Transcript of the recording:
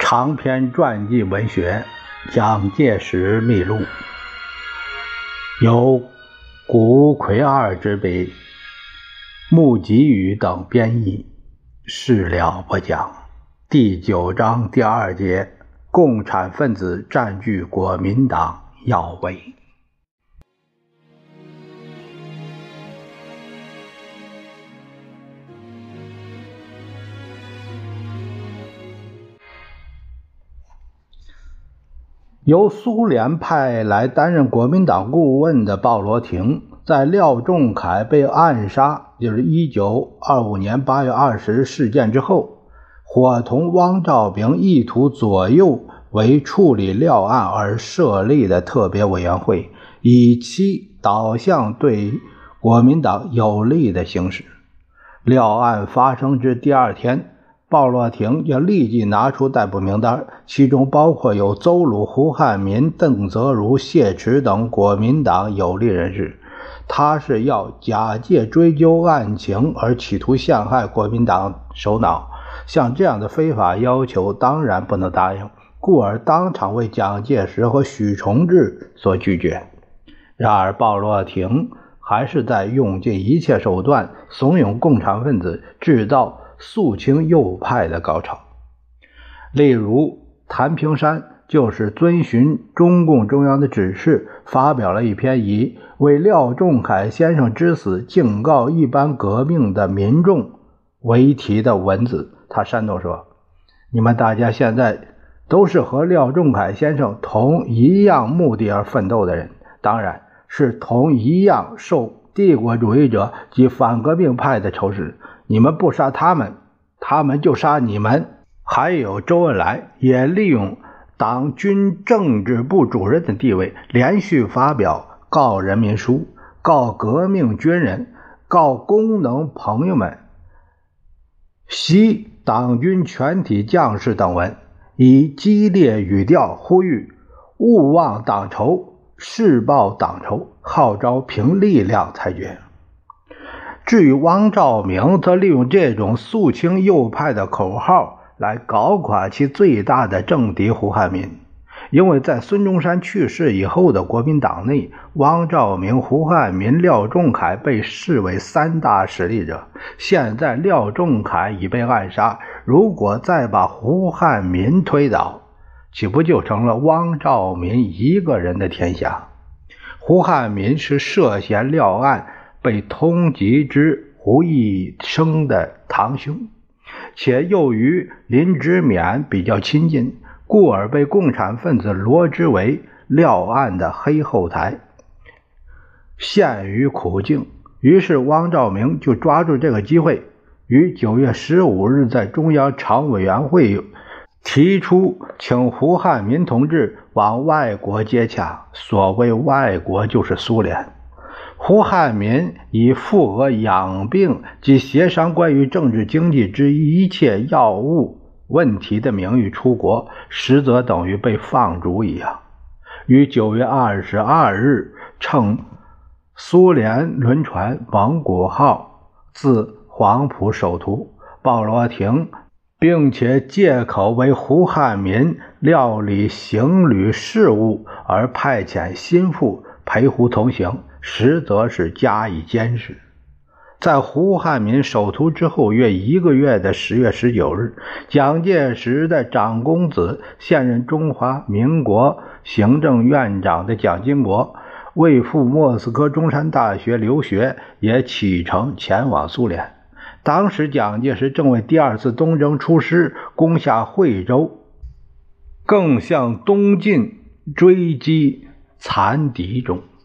长篇传记文学《蒋介石秘录》，由古奎二之笔，穆吉宇等编译，事了不讲。第9章第2节，共产分子占据国民党要位。由苏联派来担任国民党顾问的鲍罗廷，在廖仲恺被暗杀，就是1925年8月20日事件之后，伙同汪兆铭意图左右为处理廖案而设立的特别委员会，以期导向对国民党有利的行使。廖案发生之第2天，鲍罗廷就立即拿出逮捕名单，其中包括有邹鲁、胡汉民、邓泽如、谢池等国民党有利人士。他是要假借追究案情而企图陷害国民党首脑，像这样的非法要求当然不能答应，故而当场为蒋介石和许崇智所拒绝。然而鲍罗廷还是在用尽一切手段怂恿共产分子制造肃清右派的高潮。例如谭平山就是遵循中共中央的指示，发表了一篇以为廖仲恺先生之死警告一般革命的民众为题的文字。他煽动说，你们大家现在都是和廖仲恺先生同一样目的而奋斗的人，当然是同一样受帝国主义者及反革命派的仇视，你们不杀他们，他们就杀你们。还有周恩来也利用党军政治部主任的地位，连续发表告人民书，告革命军人，告工农朋友们，习党军全体将士等文，以激烈语调呼吁勿忘党仇，誓报党仇，号召凭力量裁决。至于汪兆铭，则利用这种肃清右派的口号来搞垮其最大的政敌胡汉民。因为在孙中山去世以后的国民党内，汪兆铭、胡汉民、廖仲恺被视为3大实力者。现在廖仲恺已被暗杀，如果再把胡汉民推倒，岂不就成了汪兆铭一个人的天下？胡汉民是涉嫌廖案被通缉之胡一生的堂兄，且又与林之勉比较亲近，故而被共产分子罗之为廖案的黑后台，陷于苦境。于是汪兆铭就抓住这个机会，于9月15日在中央常委员会提出请胡汉民同志往外国接洽，所谓外国就是苏联。胡汉民以赴俄养病及协商关于政治经济之一切要务问题的名誉出国，实则等于被放逐一样。于9月22日乘苏联轮船蒙古号自黄埔首都，鲍罗廷并且借口为胡汉民料理行旅事务而派遣心腹陪胡同行，实则是加以监视。在胡汉民首都之后约1个月的10月19日，蒋介石的长公子，现任中华民国行政院长的蒋经国，为赴莫斯科中山大学留学，也启程前往苏联。当时蒋介石正为第2次东征出师，攻下惠州，更向东进追击残敌中。